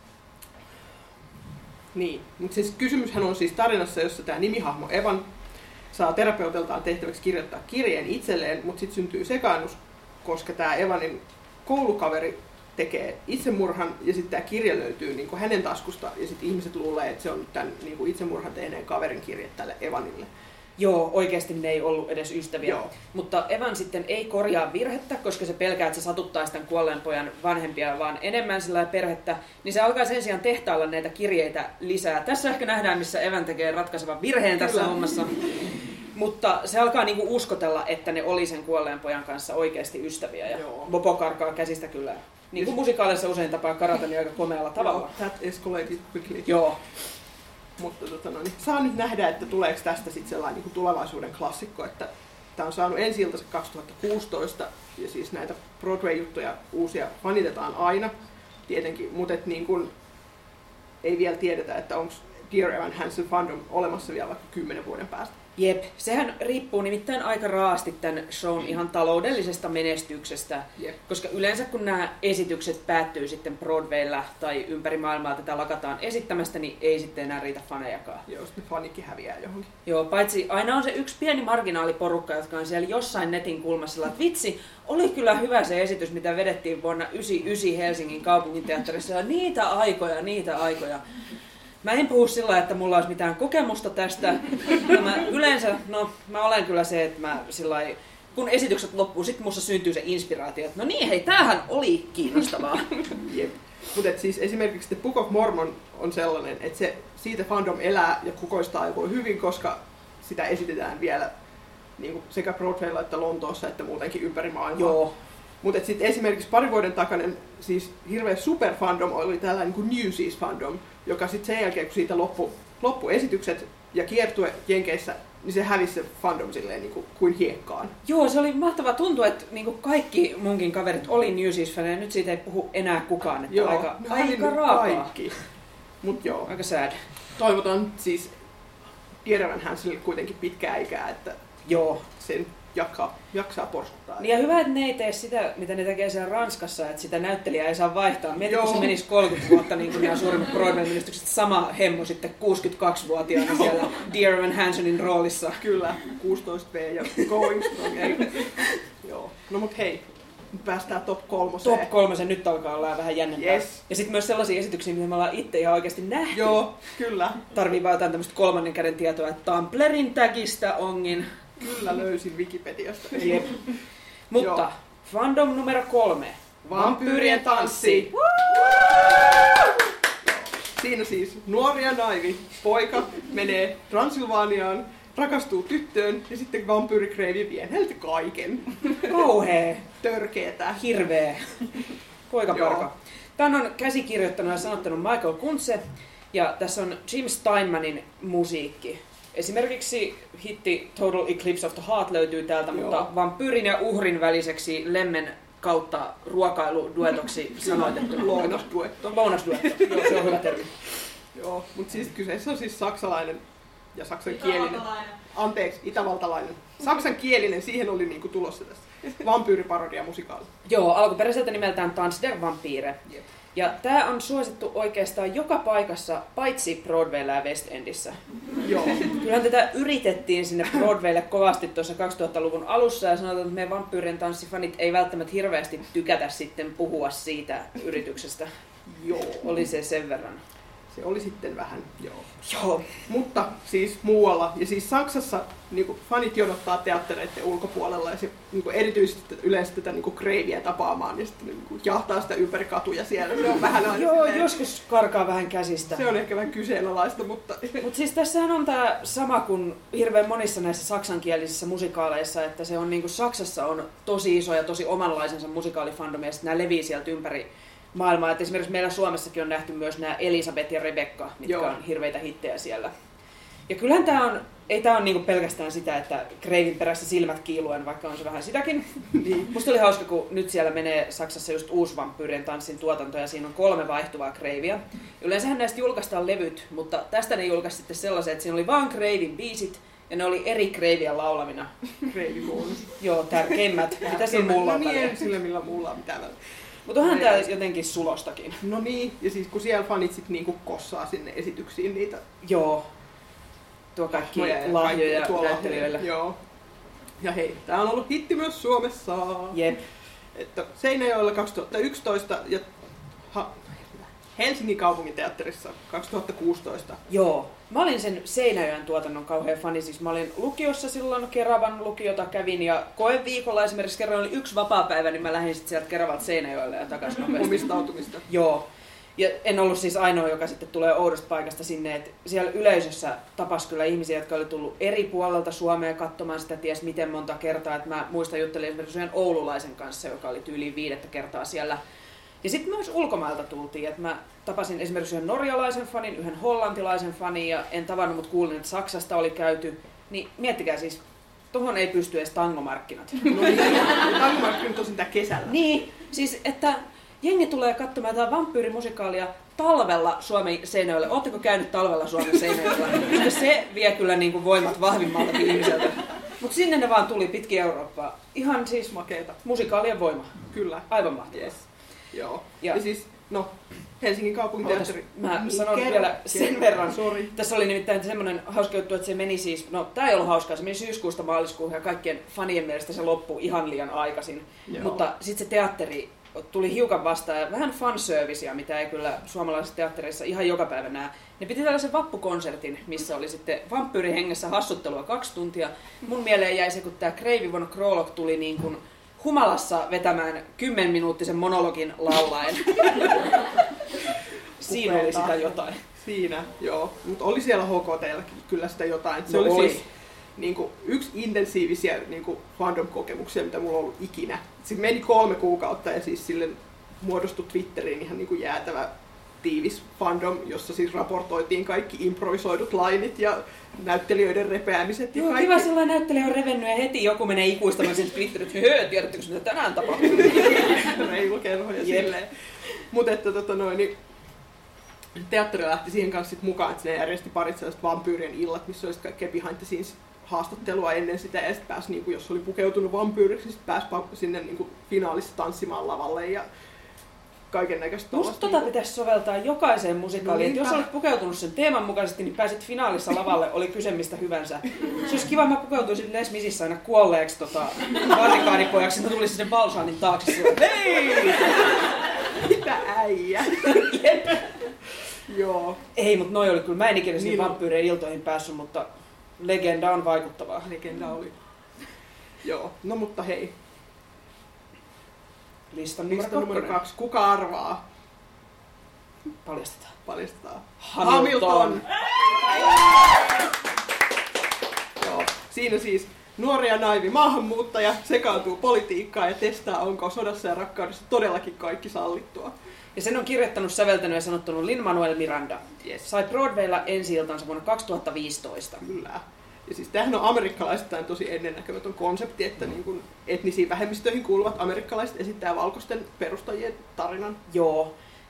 Niin, mutta siis kysymyshän on siis tarinassa, jossa tämä nimihahmo Evan saa terapeutiltaan tehtäväksi kirjoittaa kirjeen itselleen, mutta sitten syntyy sekaannus, koska tämä Evanin koulukaveri tekee itsemurhan ja sitten tämä kirja löytyy niin kuin hänen taskusta ja sitten ihmiset luulee, että se on tämän niin kuin itsemurhan tehneen kaverin kirje tälle Evanille. Joo, oikeasti ne ei ollut edes ystäviä. Joo. Mutta Evan sitten ei korjaa virhettä, koska se pelkää, että se satuttaisi tämän kuolleen pojan vanhempia, vaan enemmän sillä perhettä. Niin se alkaa sen sijaan tehtailla näitä kirjeitä lisää. Tässä ehkä nähdään, missä Evan tekee ratkaisevan virheen tässä Kyllä. hommassa. Mutta se alkaa niinku uskotella, että ne oli sen kuolleen pojan kanssa oikeasti ystäviä. Ja Joo. Bobo karkaa käsistä kyllä. Niin kuin musikaalissa usein tapaa karata, niin aika komealla tavalla. Joo, that escalated quickly. Joo. Mutta tota, no, niin, saa nyt nähdä, että tuleeko tästä sitten sellainen niin kuin tulevaisuuden klassikko, että tämä on saanut ensi-iltansa kaksituhattakuusitoista ja siis näitä Broadway-juttuja uusia fanitetaan aina tietenkin, mutta et, niin kuin, ei vielä tiedetä, että onko Dear Evan Hansen fandom olemassa vielä vaikka kymmenen vuoden päästä. Jep, sehän riippuu nimittäin aika raasti tämän shown ihan taloudellisesta menestyksestä, Jep. koska yleensä kun nämä esitykset päättyy sitten Broadwaylla tai ympäri maailmaa tätä lakataan esittämästä, niin ei sitten enää riitä fanejakaan. Joo, sitten fanikin häviää johonkin. Joo, paitsi aina on se yksi pieni marginaaliporukka, jotka on siellä jossain netin kulmassa, että vitsi, oli kyllä hyvä se esitys, mitä vedettiin vuonna yhdeksänkymmentäyhdeksän Helsingin kaupunginteatterissa, ja niitä aikoja, niitä aikoja. Mä en puhu sillä, että mulla olisi mitään kokemusta tästä. Mä yleensä, no mä olen kyllä se, että mä sillai, kun esitykset loppuu, sit musta syntyy se inspiraatio, että no niin, hei, tämähän oli kiinnostavaa. Jep. Mutta siis esimerkiksi The Book of Mormon on sellainen, että se, siitä fandom elää ja kukoistaa ja voi hyvin, koska sitä esitetään vielä niin kuin sekä Broadwaylla että Lontoossa että muutenkin ympäri maailmaa. Joo. Mutta sitten esimerkiksi pari vuoden takainen siis hirveä superfandom oli tällainen niin kuin Newsies fandom, joka sitten sen jälkeen, kun siitä loppu, loppu esitykset ja kiertue Jenkeissä, niin se hävisi se fandom silleen niin kuin, kuin hiekkaan. Joo, se oli mahtava. Tuntui, että niin kuin kaikki munkin kaverit oli Newsies-faneja, nyt siitä ei puhu enää kukaan. Että joo, aika, aika raakaa. Kaikki. Mut joo. Aika sad. Toivotan siis Dear Evan Hansenille kuitenkin pitkää ikää, että joo. sen jaksaa, jaksaa porskuttaa. Niin ja hyvä, että ne ei tee sitä, mitä ne tekee siellä Ranskassa, että sitä näyttelijää ei saa vaihtaa. Mietin, kun se menisi kolmekymmentä vuotta, niin kuin nämä suurimmat Broadway-menestykset, sama hemmo sitten kuusikymmentäkaksivuotiaana siellä Dear Evan Hansenin roolissa. Kyllä, kuusitoista vuotta ja going strong. Joo. No mut hei, päästään top kolmoseen. Top kolmosen nyt alkaa olla vähän jännempää. Yes. Ja sitten myös sellaisia esityksiä, mitä me ollaan itse ihan oikeasti nähty. Joo, kyllä. Tarvii vaan jotain tämmöistä kolmannen käden tietoa, että Tumblrin tagista ongin. Kyllä löysin Wikipediasta. Jep. Mutta joo. Fandom numero kolme. Vampyyrien tanssi. Siinä siis nuori ja naivi poika menee Transylvaniaan, rakastuu tyttöön ja sitten vampyyrikreivi vie häneltä kaiken. Kauhea. Törkeetä. Hirveä. Poikaparka. Tän on käsikirjoittanut ja sanottanut Michael Kuntze ja tässä on Jim Steinmanin musiikki. Esimerkiksi hitti Total Eclipse of the Heart löytyy täältä, Joo. mutta vampyyrin ja uhrin väliseksi lemmen kautta ruokailuduetoksi sanoitettu. Lounasduetto. Lounasduetto, joo, se on hyvä termi. Joo, mutta siis kyseessä on siis saksalainen ja saksankielinen. Anteeksi, itävaltalainen. Saksankielinen, siihen oli niinku tulossa tässä. Vampyyriparodia musikaali. Joo, alkuperäiseltä nimeltään Tanz der Vampire. Yep. Ja tää on suosittu oikeastaan joka paikassa, paitsi Broadwaylla ja West Endissä. Joo. Kyllähän tätä yritettiin sinne Broadwaylle kovasti tuossa kaksituhattaluvun alussa ja sanotaan, että me vampyyrien tanssifanit ei välttämättä hirveästi tykätä sitten puhua siitä yrityksestä. Joo. Oli se sen verran. Se oli sitten vähän, joo. Joo. Mutta siis muualla, ja siis Saksassa niin kuin fanit jonottaa teattereiden ulkopuolella, ja se niin kuin erityisesti yleensä tätä niin kuin kreiviä tapaamaan, ja sitten niin kuin jahtaa sitä ympäri katuja siellä. Se on vähän aina Joo, silleen, joskus karkaa vähän käsistä. se on ehkä vähän kyseenalaista, mutta... Mutta siis tässähän on tämä sama kuin hirveän monissa näissä saksankielisissä musikaaleissa, että se on niin kuin Saksassa on tosi iso ja tosi omanlaisensa musikaalifandomi, ja sitten nämä levii sieltä ympäri maailmaa. Et esimerkiksi meillä Suomessakin on nähty myös nämä Elisabeth ja Rebecca, mitkä Joo. on hirveitä hittejä siellä. Ja kyllähän tämä on, ei tämä ole niinku pelkästään sitä, että kreivin perässä silmät kiiluen, vaikka on se vähän sitäkin. Niin. Musta oli hauska, kun nyt siellä menee Saksassa just uusi vampyyrien tanssin tuotanto ja siinä on kolme vaihtuvaa kreiviä. Yleensähän näistä julkaistaan levyt, mutta tästä ne julkaisi sitten sellaisen, että siinä oli vaan kreivin biisit ja ne oli eri kreivien laulamina. Kreivibonus. Joo, tärkeimmät. Mitä siinä mulla on No väliä? niin, sillä millä mulla on mitään väliä. Mutta onhan tää jotenkin sulostakin. No niin, ja siis kun siellä fanit sit niinku kossaa sinne esityksiin niitä Joo. Tuo kaikki lahjoja näyttelijöille. Joo. Ja hei, tää on ollut hitti myös Suomessa. Jep. Että Seinäjoella kaksituhattayksitoista ja ha, Helsingin kaupunginteatterissa kaksituhattakuusitoista. Joo. Mä olin sen Seinäjoen tuotannon kauhean fani. Siis mä olin lukiossa silloin, Keravan lukiota kävin ja koeviikolla esimerkiksi kerran oli yksi vapaapäivä, niin mä lähdin sitten sieltä Keravalta Seinäjoelle ja takaisin nopeasti. Omistautumista. Joo. Ja en ollut siis ainoa, joka sitten tulee oudosta paikasta sinne, että siellä yleisössä tapasi kyllä ihmisiä, jotka oli tullut eri puolelta Suomea katsomaan sitä ties miten monta kertaa. Että mä muistan juttelin esimerkiksi yhden oululaisen kanssa, joka oli tyyliin viidettä kertaa siellä. Ja sitten myös ulkomailta tultiin, että mä tapasin esimerkiksi yhden norjalaisen fanin, yhden hollantilaisen fanin ja en tavannut, mutta kuulin, että Saksasta oli käyty. Niin miettikää siis, tohon ei pysty edes tangomarkkinat. No niin, tangomarkkinat on sitä kesällä. Niin, siis että jengi tulee katsomaan jotain vampyyrimusikaalia talvella Suomen Seinäjoelle. Ootteko käynyt talvella Suomen Seinäjoella? Koska se vie kyllä niin kuin voimat vahvimmaltakin ihmiseltä. Mutta sinne ne vaan tuli pitkin Eurooppaa. Ihan siis Makeeta. musikaalien voima. Kyllä. Aivan mahtavaa. Yes. Joo. Ja, Ja siis, no, Helsingin kaupunginteatteri. Mä Niin, sanon kerro, vielä sen kerro. verran. Sorry. Tässä oli nimittäin semmoinen hauska juttu, että se meni siis, no tää ei ollut hauskaa, se meni syyskuusta maaliskuuhun ja kaikkien fanien mielestä se loppui ihan liian aikaisin. Joo. Mutta sitten se teatteri tuli hiukan vastaan ja vähän fanservicea, mitä ei kyllä suomalaisissa teattereissa ihan joka päivä näe. Ne piti tällaisen vappukonsertin, missä oli sitten vampyyrihengessä hassuttelua kaksi tuntia. Mun mieleen jäi se, kun tää Kreivi von Krolok tuli niin kuin humalassa vetämään kymmenminuuttisen monologin laulaen. Siinä oli sitä jotain. Siinä, joo. Mutta oli siellä H K T:lläkin kyllä sitä jotain. Se No oli, oli. siis niin kuin, yksi intensiivisiä niin kuin fandom-kokemuksia, mitä mulla on ollut ikinä. Sitten meni kolme kuukautta ja siis sille muodostui Twitteriin ihan niin kuin jäätävä tiivis fandom, jossa siis raportoitiin kaikki improvisoidut lainit ja näyttelijöiden repeämiset. Ja Joo, kaikki. kiva sellainen näyttelijä on revennyt ja heti joku menee ikuistamaan sen Twitteriin, että höö, tiedättekö mitä tänään tapahtuu? Reilu kerho ja silleen. Mutta että tota noin, niin teatteri lähti siihen kanssa sit mukaan, että ne järjesti parit sellaiset vampyyrien illat, missä oli kaikkea behind the scenes haastattelua ennen sitä ja sitten pääsi, niin jos oli pukeutunut vampyyriksi, niin pääsi sinne niin finaalissa tanssimaan lavalle ja kaiken näköistä. Musta tota niin pitäisi soveltaa jokaiseen musikaaliin, No että jos niinpä. olet pukeutunut sen teeman mukaisesti, niin pääsit finaalissa lavalle, oli kyse mistä hyvänsä. Se olisi kiva, mä pukeutuisin Les Misissä aina kuolleeksi tota, barrikaadipojaksi, että tulisin sen Balsanin taakse sillä, hei! Mitä äijä? Jep. Joo, Ei, mutta noi oli kyllä, mä en ikinä Niin niin on. vampyyrien iltoihin päässyt, mutta legenda on vaikuttavaa. legenda oli. Joo, no mutta hei. Listan numero, Lista numero kakkonen. kaksi. Kuka arvaa? Paljastetaan. Paljastetaan. Hamilton. Joo, siinä siis nuori ja naivi maahanmuuttaja sekaantuu politiikkaan ja testaa, onko sodassa ja rakkaudessa todellakin kaikki sallittua. Ja sen on kirjoittanut, säveltänyt ja sanottanut Lin-Manuel Miranda. Yes. Sai Broadwaylla ensi-iltansa vuonna kaksituhattaviisitoista. Kyllä. Ja siis tämähän on amerikkalaisittain tosi ennennäkemätön konsepti, että niin kuin etnisiin vähemmistöihin kuuluvat amerikkalaiset esittää valkoisten perustajien tarinan. Joo.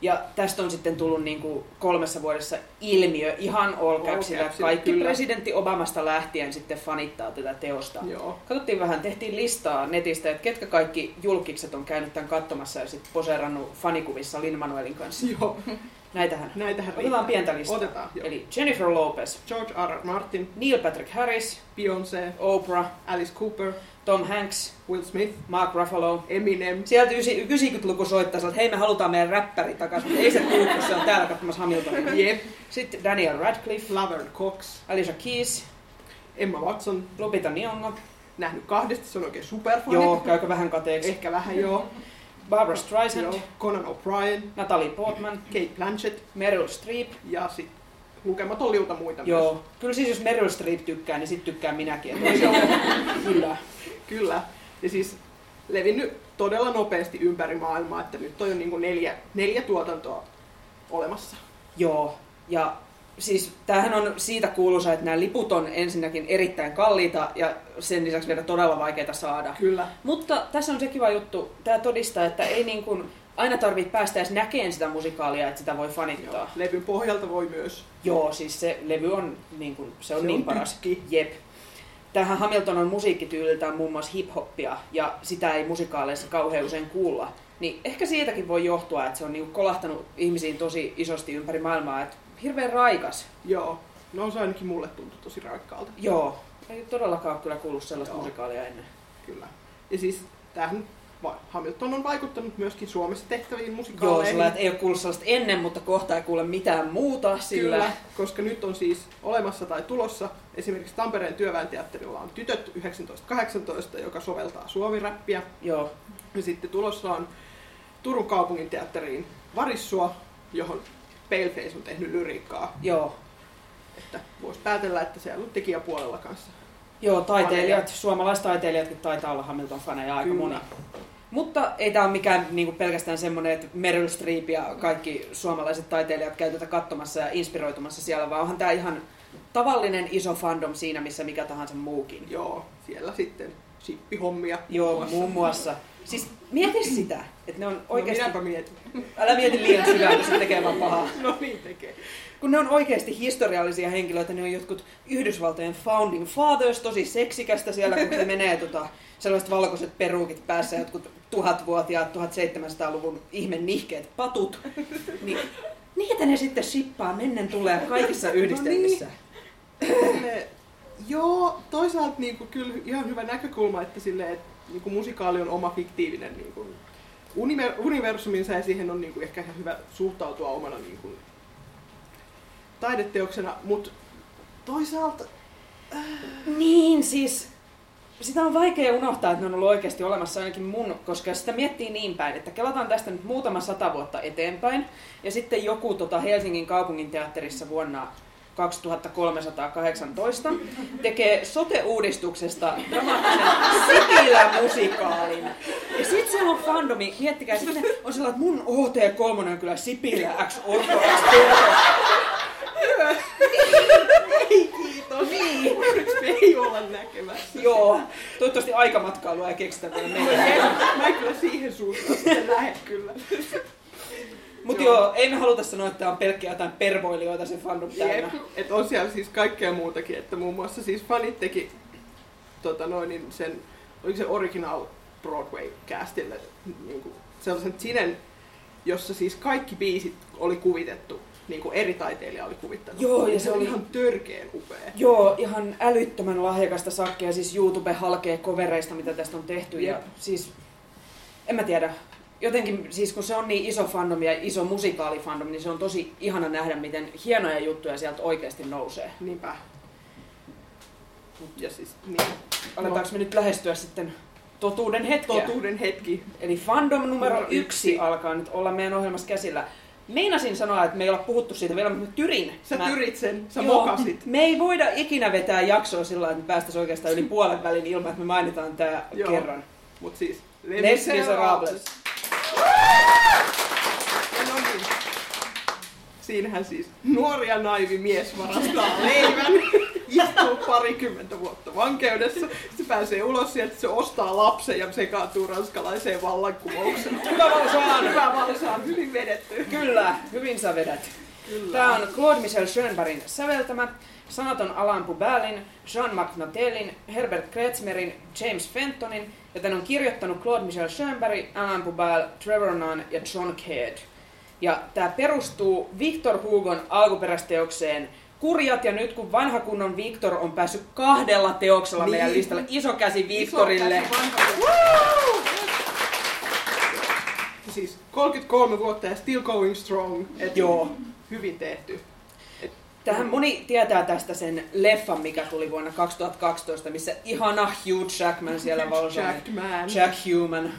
Ja tästä on sitten tullut niin kuin kolmessa vuodessa ilmiö ihan all capsilla. Kaikki kyllä. presidentti Obamasta lähtien sitten fanittaa tätä teosta. Joo. Katsottiin vähän, tehtiin listaa netistä, että ketkä kaikki julkikset on käynyt tämän katsomassa ja sitten poseerannut fanikuvissa Lin-Manuelin kanssa. Joo. Näitähän. Näitähän Otetaan riittää. pientä listaa. Otetaan, joo. Eli Jennifer Lopez, George R. R. Martin, Neil Patrick Harris, Beyoncé, Oprah, Alice Cooper, Tom Hanks, Will Smith, Mark Ruffalo. Eminem. Sieltä yhdeksänkymmentäluku soittaa, että hei me halutaan meidän räppäri takaisin, mutta ei se tuu, kun se on täällä katsomassa Hamiltonia. Jep. Sitten Daniel Radcliffe, Laverne Cox, Alicia Keys, Emma Watson. Lupita Nyong'o. Nähnyt kahdesti, se on oikein superfani. Joo, käykö vähän kateeksi. Ehkä vähän joo. Barbara Streisand, Joo. Conan O'Brien, Natalie Portman, Kate Blanchett Meryl Streep. ja sitten lukematon liuta muita Joo, myös. kyllä siis jos Meryl Streep tykkää, niin sit tykkään minäkin. Että on kyllä. Kyllä. Ja siis levinnyt todella nopeasti ympäri maailmaa, että nyt on jo niin kuin neljä, neljä tuotantoa olemassa. Joo, ja siis tämähän on siitä kuuluisa, että nämä liput on ensinnäkin erittäin kalliita ja sen lisäksi vielä todella vaikeita saada. Kyllä. Mutta tässä on se kiva juttu, tämä todistaa, että ei niin kuin aina tarvitse päästä edes näkemään sitä musikaalia, että sitä voi fanittaa. Joo. Levyn pohjalta voi myös. Joo, siis se levy on, niin, kuin, se on Se niin on paras. tykki. Jep. Tähän Hamilton on musiikkityyliltään muun muassa hip-hoppia, ja sitä ei musikaaleissa kauhean usein kuulla. Niin ehkä siitäkin voi johtua, että se on niinku kolahtanut ihmisiin tosi isosti ympäri maailmaa, että hirveän raikas. Joo. No se ainakin mulle tuntui tosi raikkaalta. Joo, ei todellakaan ole kyllä kuullut sellaista Joo. musikaalia ennen. Kyllä. Ja siis tämähän va- Hamilton on vaikuttanut myöskin Suomessa tehtäviin Joo, musikaaleihin. sillä, että ei ole kuullut sellaista ennen, mutta kohta ei kuule mitään muuta sillä. Kyllä, koska nyt on siis olemassa tai tulossa esimerkiksi Tampereen työväenteatterilla on Tytöt yhdeksäntoista kahdeksantoista, joka soveltaa suomiräppiä. Joo. Ja sitten tulossa on Turun kaupungin teatteriin Varissua, johon Paleface on tehnyt lyriikkaa. Joo. Että voisi päätellä, että siellä on tekijäpuolella kanssa. Joo, taiteilijat, suomalaistaiteilijatkin taitaa olla Hamilton-faneja aika Kyllä. moni. Mutta ei tämä ole mikään niinku pelkästään semmoinen, että Meryl Streep ja kaikki suomalaiset taiteilijat käy tätä katsomassa ja inspiroitumassa siellä, vaan onhan tämä ihan tavallinen iso fandom siinä, missä mikä tahansa muukin. Joo, siellä sitten shippihommia. Joo, muun muassa. Siis mieti sitä, että ne on oikeasti... No minäpä mietin. Älä mieti liian syvään, kun se tekee vaan pahaa. No niin tekee. Kun ne on oikeasti historiallisia henkilöitä, ne on jotkut Yhdysvaltojen founding fathers, tosi seksikästä siellä, kun se menee tota, sellaiset valkoiset peruukit päässä, jotkut tuhatvuotiaat, tuhatseitsemänsataaluvun ihme nihkeet patut. Niin, niitä ne sitten shippaa mennen tulee kaikissa yhdistelmissä. No niin. Ne, joo, toisaalta niinku, kyllä ihan hyvä näkökulma, että, sille, että niinku, musikaali on oma fiktiivinen niinku, univer, universuminsa ja siihen on niinku, ehkä ihan hyvä suhtautua omana niinku, taideteoksena, mutta toisaalta... Niin, siis sitä on vaikea unohtaa, että ne on ollut oikeasti olemassa ainakin mun, koska sitä miettii niin päin, että kelataan tästä nyt muutama sata vuotta eteenpäin, ja sitten joku tota Helsingin kaupunginteatterissa vuonna kaksituhattakolmesataakahdeksantoista tekee sote-uudistuksesta dramaattisen Sipilä-musikaalin. Ja sitten siellä on fandomi, miettikää, sitten on sellainen, että mun O T kolme on kyllä Sipilä X Orpo X Ei kiitos! Niin! Me ei olla näkemässä. Joo, toivottavasti aikamatkailua ei keksitä vielä meidän. Mä en kyllä siihen suuntaan sitten lähde kyllä. Mutta joo. joo, ei me haluta sanoa, että on pelkkiä jotain pervoilijoita se fandom täynnä. Jep, että on siellä siis kaikkea muutakin, että muun muassa siis fanit teki tota noin, niin sen, oliko se original Broadway-castille niin kuin sellaisen cinen, jossa siis kaikki biisit oli kuvitettu, niin kuin eri taiteilija oli kuvittanut. Joo, ja se, se oli oli ihan törkeen upea. Joo, ihan älyttömän lahjakasta sakkia, siis YouTube halkee covereista, mitä tästä on tehty. Jep. Ja siis, en mä tiedä, jotenkin, siis kun se on niin iso fandom ja iso musikaalifandom, niin se on tosi ihana nähdä, miten hienoja juttuja sieltä oikeasti nousee. Niinpä. Ja siis, niin. Aletaanko me nyt lähestyä sitten totuuden hetkeä? Totuuden hetki. Eli fandom numero Numero yksi yksi alkaa nyt olla meidän ohjelmassa käsillä. Meinasin sanoa, että me ei olla puhuttu siitä vielä, mutta mä tyrin. Sä mä... tyrit sen, sä Joo, mokasit. me ei voida ikinä vetää jaksoa sillä tavalla, että me päästäisiin oikeastaan yli puolen välin ilman, että me mainitaan tää Joo. kerran. Mut siis, Les Miserables. Ja no niin. Siinähän siis nuori ja naivi mies varastaa leivän istuu parikymmentä vuotta vankeudessa. Se pääsee ulos sieltä, se ostaa lapsen ja se kaatuu ranskalaiseen vallankumoukseen. Hyvä Valjean! Hyvä Valjean, hyvin vedetty. Kyllä, hyvin sä vedät. Kyllä. Tää on Claude Michel Schönbergin säveltämä. Sanat on Alain Buballin, Jean McNaughtelin, Herbert Kretzmerin, James Fentonin, ja tän on kirjoittanut Claude Michel Schönberg, Alain Bubal, Trevor Nunn ja John Cade. Ja tää perustuu Victor Hugon alkuperäisteokseen Kurjat, ja nyt kun vanha kunnon Victor on päässyt kahdella teoksella niin. meidän listalle, iso käsi Victorille. Iso käsi siis kolmekymmentäkolme vuotta ja still going strong. Et joo. Hyvin tehty. Tähän moni tietää tästä sen leffan, mikä tuli vuonna kaksituhattakaksitoista, missä ihana Hugh Jackman siellä valsoi. Jackman. Jack Human.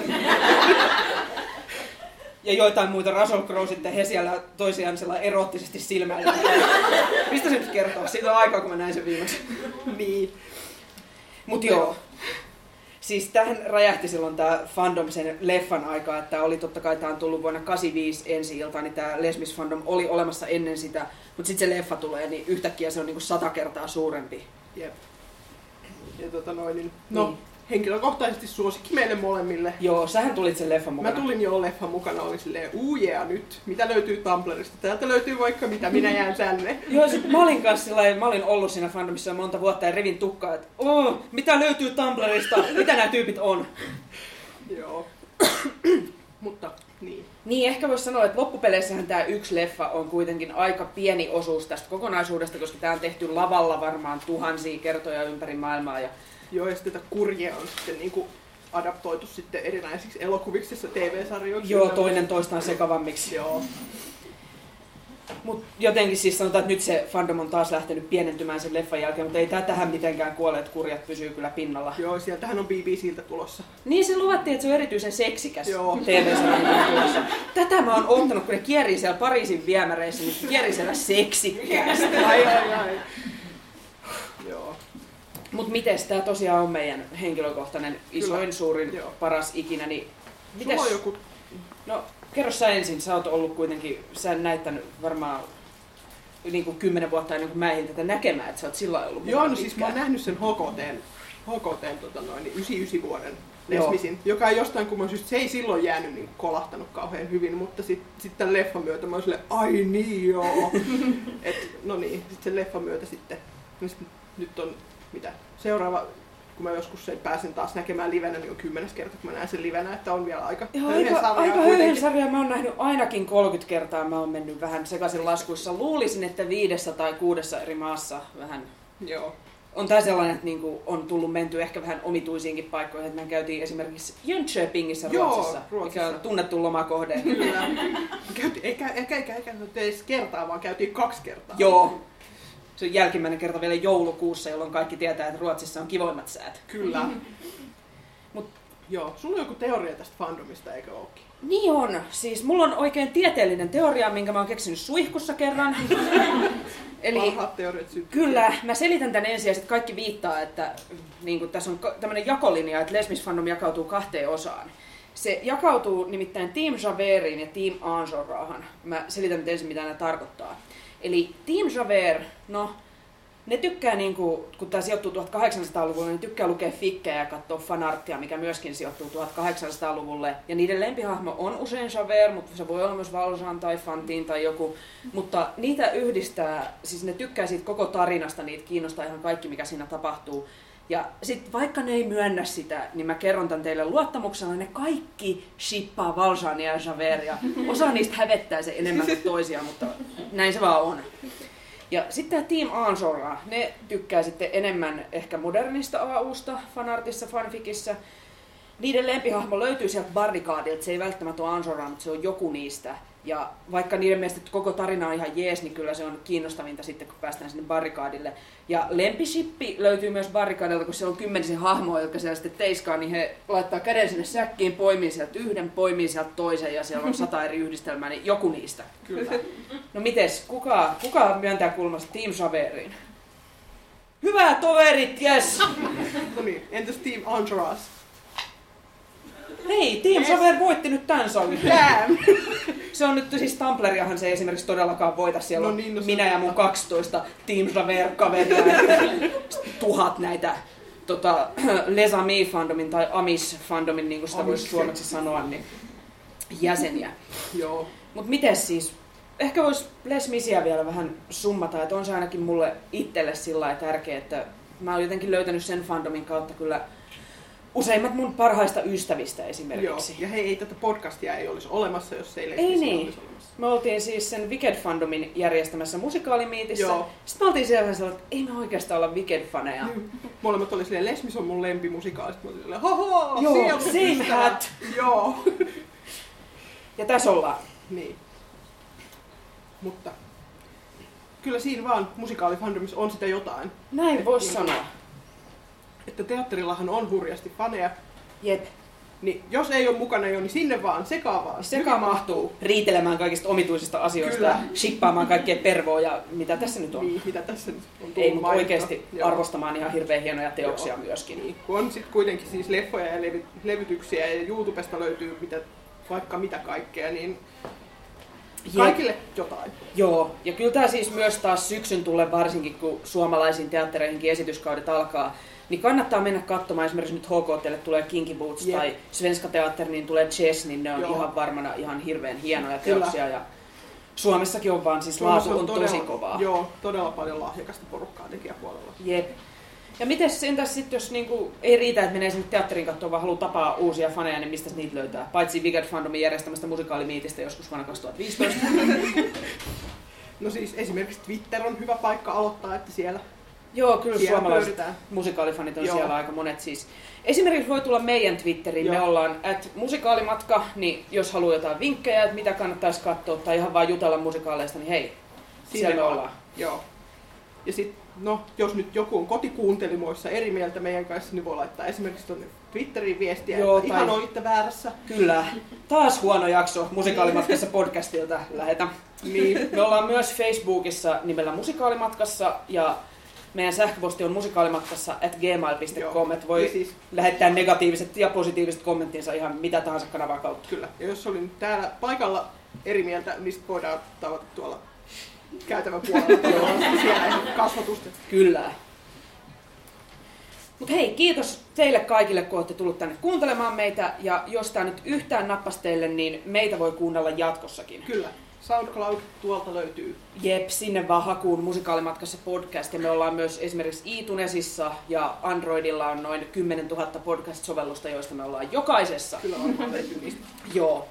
Ja joitain muita Russell Crowe sitten, he siellä toisiaan sellainen eroottisesti silmällä. Mistä se nyt kertoo? Siitä on aikaa, kun mä näin sen viimeksi. Niin. Mut joo. Siis tähän räjähti silloin tää fandom sen leffan aikaa, että oli totta kai tää on tullut vuonna kahdeksankymmentäviisi ensi iltaan, niin tää Les Mis fandom oli olemassa ennen sitä, mutta sitten se leffa tulee, niin yhtäkkiä se on niinku sata kertaa suurempi. Jep. Ja tota noin, niin, no niin. Henkilökohtaisesti suosikki meille molemmille. Joo, sähän tulit sen leffan mukana. Mä tulin jo leffan mukana, oli silleen, uu yeah, nyt, mitä löytyy Tumblrista? Täältä löytyy vaikka mitä, minä jään tänne. Joo, sit mä olin kanssa sillai, mä olin ollut siinä fandomissa monta vuotta ja revin tukkaa, että oh, mitä löytyy Tumblrista, mitä nämä tyypit on. Joo. Mutta niin. Niin, ehkä voisi sanoa, että loppupeleissähän tämä yksi leffa on kuitenkin aika pieni osuus tästä kokonaisuudesta, koska tämä on tehty lavalla varmaan tuhansia kertoja ympäri maailmaa. Ja joo, ja sitten tätä Kurjea on sitten niinku adaptoitu sitten erinäisiksi elokuviksi ja T V-sarjoiksi. Joo, toinen toistaan sekavammiksi. Joo. Mut jotenkin siis sanotaan, että nyt se fandom on taas lähtenyt pienentymään sen leffan jälkeen, mutta ei tää tähän mitenkään kuole, että Kurjat pysyy kyllä pinnalla. Joo, sieltähän on B B C:ltä tulossa. Niin, se luvattiin, että se on erityisen seksikäs Joo. T V-sarjan tulossa. Tätä mä oon ottanut, kun ne kierii siellä Pariisin viemäreissä, niin kierii siellä seksikkäästi. Ai, ai, ai. Joo. Mut mites tää tosiaan on meidän henkilökohtainen isoin, Kyllä. suurin, Joo. paras ikinä, niin mites? Sulla on joku... No, kerro sä ensin, sä oot ollut kuitenkin, sä näyttänyt varmaan niin kuin kymmenen vuotta ennen kuin mä ehdin tätä näkemään, että sä oot sillä ollut Joo, no pitkään. siis mä oon nähnyt sen H K T:n, H K T:n tota noin, yhdeksänkymmentäyhdeksän vuoden Les Misin, joka ei jostain kumman syystä, se ei silloin jäänyt niin kolahtanut kauhean hyvin, mutta sitten sit tämän leffan myötä mä oon silleen, ai niin joo. Et, no niin, sitten sen leffan myötä sitten, niin sit nyt on mitä, seuraava, kun mä joskus sen pääsen taas näkemään livenä, niin on kymmenes kerta, kun mä näen sen livenä, että on vielä aika Joo, höyhen aika, sarjaa aika kuitenkin. höyhen sarjaa. Mä oon nähnyt ainakin kolmekymmentä kertaa. Mä oon mennyt vähän sekaisin laskuissa. Luulisin, että viidessä tai kuudessa eri maassa vähän. Joo. On tää sellainen, että niinku on tullut menty ehkä vähän omituisiinkin paikkoihin. Että me käytiin esimerkiksi Jönköpingissä Joo, Ruotsissa, Ruotsissa, mikä on tunnettu lomakohde. Kyllä. Käytiin, eikä, eikä, eikä, eikä edes kertaa, vaan käytiin kaksi kertaa. Joo. Se on jälkimmäinen kerta vielä joulukuussa, jolloin kaikki tietää, että Ruotsissa on kivoimmat säät. Kyllä. Mut joo, sulla on joku teoria tästä fandomista, eikö ookin? niin on. Siis mulla on oikein tieteellinen teoria, minkä mä oon keksinyt suihkussa kerran. Eli Parhaat teoriat syntyy. kyllä, mä selitän tän ensin ja sit kaikki viittaa, että niin kun tässä on tämmönen jakolinja, että Les Mis fandom jakautuu kahteen osaan. Se jakautuu nimittäin Team Javeriin ja Team Enjorahan. Mä selitän nyt ensin, mitä nämä tarkoittaa. Eli Team Javert, no, ne tykkää, niinku, kun tämä sijoittuu tuhatkahdeksansataaluvulle, ne tykkää lukea fikkejä ja katsoa fanarttia, mikä myöskin sijoittuu tuhatkahdeksansataaluvulle. Ja niiden lempihahmo on usein Javert, mutta se voi olla myös Valjean tai Fantine tai joku. Mutta niitä yhdistää, siis ne tykkää siitä koko tarinasta, niitä kiinnostaa ihan kaikki, mikä siinä tapahtuu. Ja sit vaikka ne ei myönnä sitä, niin mä kerron tän teille luottamuksella, ne kaikki shippaa Valjeania ja Javertia. Osa niistä hävettää se enemmän kuin toisia, mutta näin se vaan on. Ja sitten tämä Team Enjora, ne tykkää sitten enemmän ehkä modernista A U:sta, fanartissa, fanfikissä. Niiden lempihahmo löytyy sieltä barrikaadilta, se ei välttämättä ole Enjora, mutta se on joku niistä. Ja vaikka niiden mielestä koko tarina on ihan jees, niin kyllä se on kiinnostavinta sitten, kun päästään sinne barrikaadille. Ja lempishippi löytyy myös barrikaadilta, kun siellä on kymmenisen hahmoa, jotka siellä sitten teiskaa, niin he laittaa käden sinne säkkiin, poimii sieltä yhden, poimii sieltä toisen ja siellä on sata eri yhdistelmää, niin joku niistä. Kyllä. No mites, kuka, kuka myöntää kulmasta Team Javeriin? Hyvää toverit, yes! No niin, entäs Team Entourage? Hei, hei, Team Yes. Saver voitti nyt tän songin. Damn! Se on nyt, siis Tumblriahan se ei esimerkiksi todellakaan voita. Siellä No on niin, no se minä on ja mun totta. kaksitoista Team Saver-kaveria ja tuhat näitä tota, Les Amis fandomin tai Amis fandomin, niin kuin sitä voisi Amis. suomeksi sanoa, niin jäseniä. Joo. Mut mites siis? Ehkä vois Les Misiä vielä vähän summata, että on se ainakin mulle itselle sillä lailla tärkeä, että mä oon jotenkin löytänyt sen fandomin kautta kyllä useimmat mun parhaista ystävistä Joo. esimerkiksi. Ja hei, ei tätä podcastia ei olisi olemassa, jos ei Les Ei Misiä niin. olisi olemassa. Me oltiin siis sen Wicked fandomin järjestämässä musikaalimiitissä. Joo. Sitten me oltiin siellä sellainen, että ei me oikeastaan olla Wicked-faneja. Molemmat oli silleen, Les Mis on mun lempimusikaali. Sitten mä olin silleen, hoho, Joo, sieltä same ystävä. hat. Joo. Ja tässä ollaan. Niin. Mutta kyllä siinä vaan musikaalifandomissa on sitä jotain. Näin vois Niin. sanoa. Että teatterillahan on hurjasti faneja. Jep. Niin jos ei ole mukana jo, niin sinne vaan, sekaan vaan. Sekaan mahtuu riitelemään kaikista omituisista asioista, Kyllä. shippaamaan kaikkea pervoa ja mitä tässä nyt on. Niin, mitä tässä nyt on tullut Ei, mutta mainittua. oikeasti Joo. arvostamaan ihan hirveän hienoja teoksia Joo. myöskin. Niin, kun on sitten kuitenkin siis leffoja ja levy- levytyksiä ja YouTubesta löytyy mitä, vaikka mitä kaikkea, niin kaikille jotain. Joo, ja kyllä tämä siis myös taas syksyn tulee varsinkin, kun suomalaisiin teattereihinkin esityskaudet alkaa, niin kannattaa mennä katsomaan. Esimerkiksi nyt H K T:lle tulee Kinky Boots Jep. tai Svenska Teater, niin tulee Chess, niin ne on Joo. ihan varmana ihan hirveän hienoja Kyllä. teoksia. Ja Suomessakin on vaan siis Suomessa laatu on todella, tosi kovaa. Joo, todella paljon lahjakasta porukkaa tekijäpuolella. Jep. Ja mites entäs sitten, jos niinku ei riitä, että menee sinne teatteriin katsomaan, vaan haluaa tapaa uusia faneja, niin mistä niitä löytää? Paitsi Wicked Fandomin järjestämästä musikaalimiitistä joskus vuonna kaksituhattaviisitoista. No siis esimerkiksi Twitter on hyvä paikka aloittaa, että siellä Joo, kyllä Siellä suomalaiset pyöritään. musikaalifanit on Joo. siellä aika monet siis. Esimerkiksi voi tulla meidän Twitteriin, Joo. me ollaan at musikaalimatka, niin jos haluaa jotain vinkkejä, että mitä kannattaisi katsoa tai ihan vaan jutella musikaaleista, niin hei, siellä me vaan. ollaan. Joo. Ja sitten, no, jos nyt joku on kotikuuntelimoissa eri mieltä meidän kanssa, niin voi laittaa esimerkiksi tuonne Twitteriin viestiä, Joo, että tai- ihan olitte väärässä. Kyllä. Taas huono jakso musikaalimatkassa podcastilta lähetä. Niin. Me ollaan myös Facebookissa nimellä Musikaalimatkassa ja meidän sähköposti on musikaalimatkassa at gmail piste com, Joo. että voi Ja siis- lähettää negatiiviset ja positiiviset kommenttinsa ihan mitä tahansa kanavan kautta. Kyllä. Ja jos oli nyt täällä paikalla eri mieltä, niin sit voidaan tavata tuolla käytävän puolella todella siellä ihan kasvatusta. Kyllä. Mut hei, kiitos teille kaikille, kun olette tullut tänne kuuntelemaan meitä. Ja jos tää nyt yhtään nappasi teille, niin meitä voi kuunnella jatkossakin. Kyllä. SoundCloud tuolta löytyy. Jep, sinne vaan hakuun Musikaalimatkassa podcast. Ja me ollaan myös esimerkiksi iTunesissa ja Androidilla on noin kymmenen tuhatta podcast-sovellusta, joista me ollaan jokaisessa. Kyllä varmaan löytyy niistä. Joo.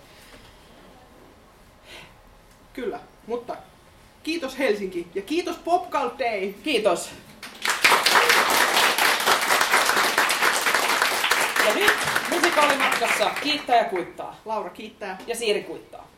Kyllä. Mutta kiitos Helsinki ja kiitos Popcult Day. Kiitos. Ja nyt Musikaalimatkassa kiittää ja kuittaa. Laura kiittää. Ja Siiri kuittaa.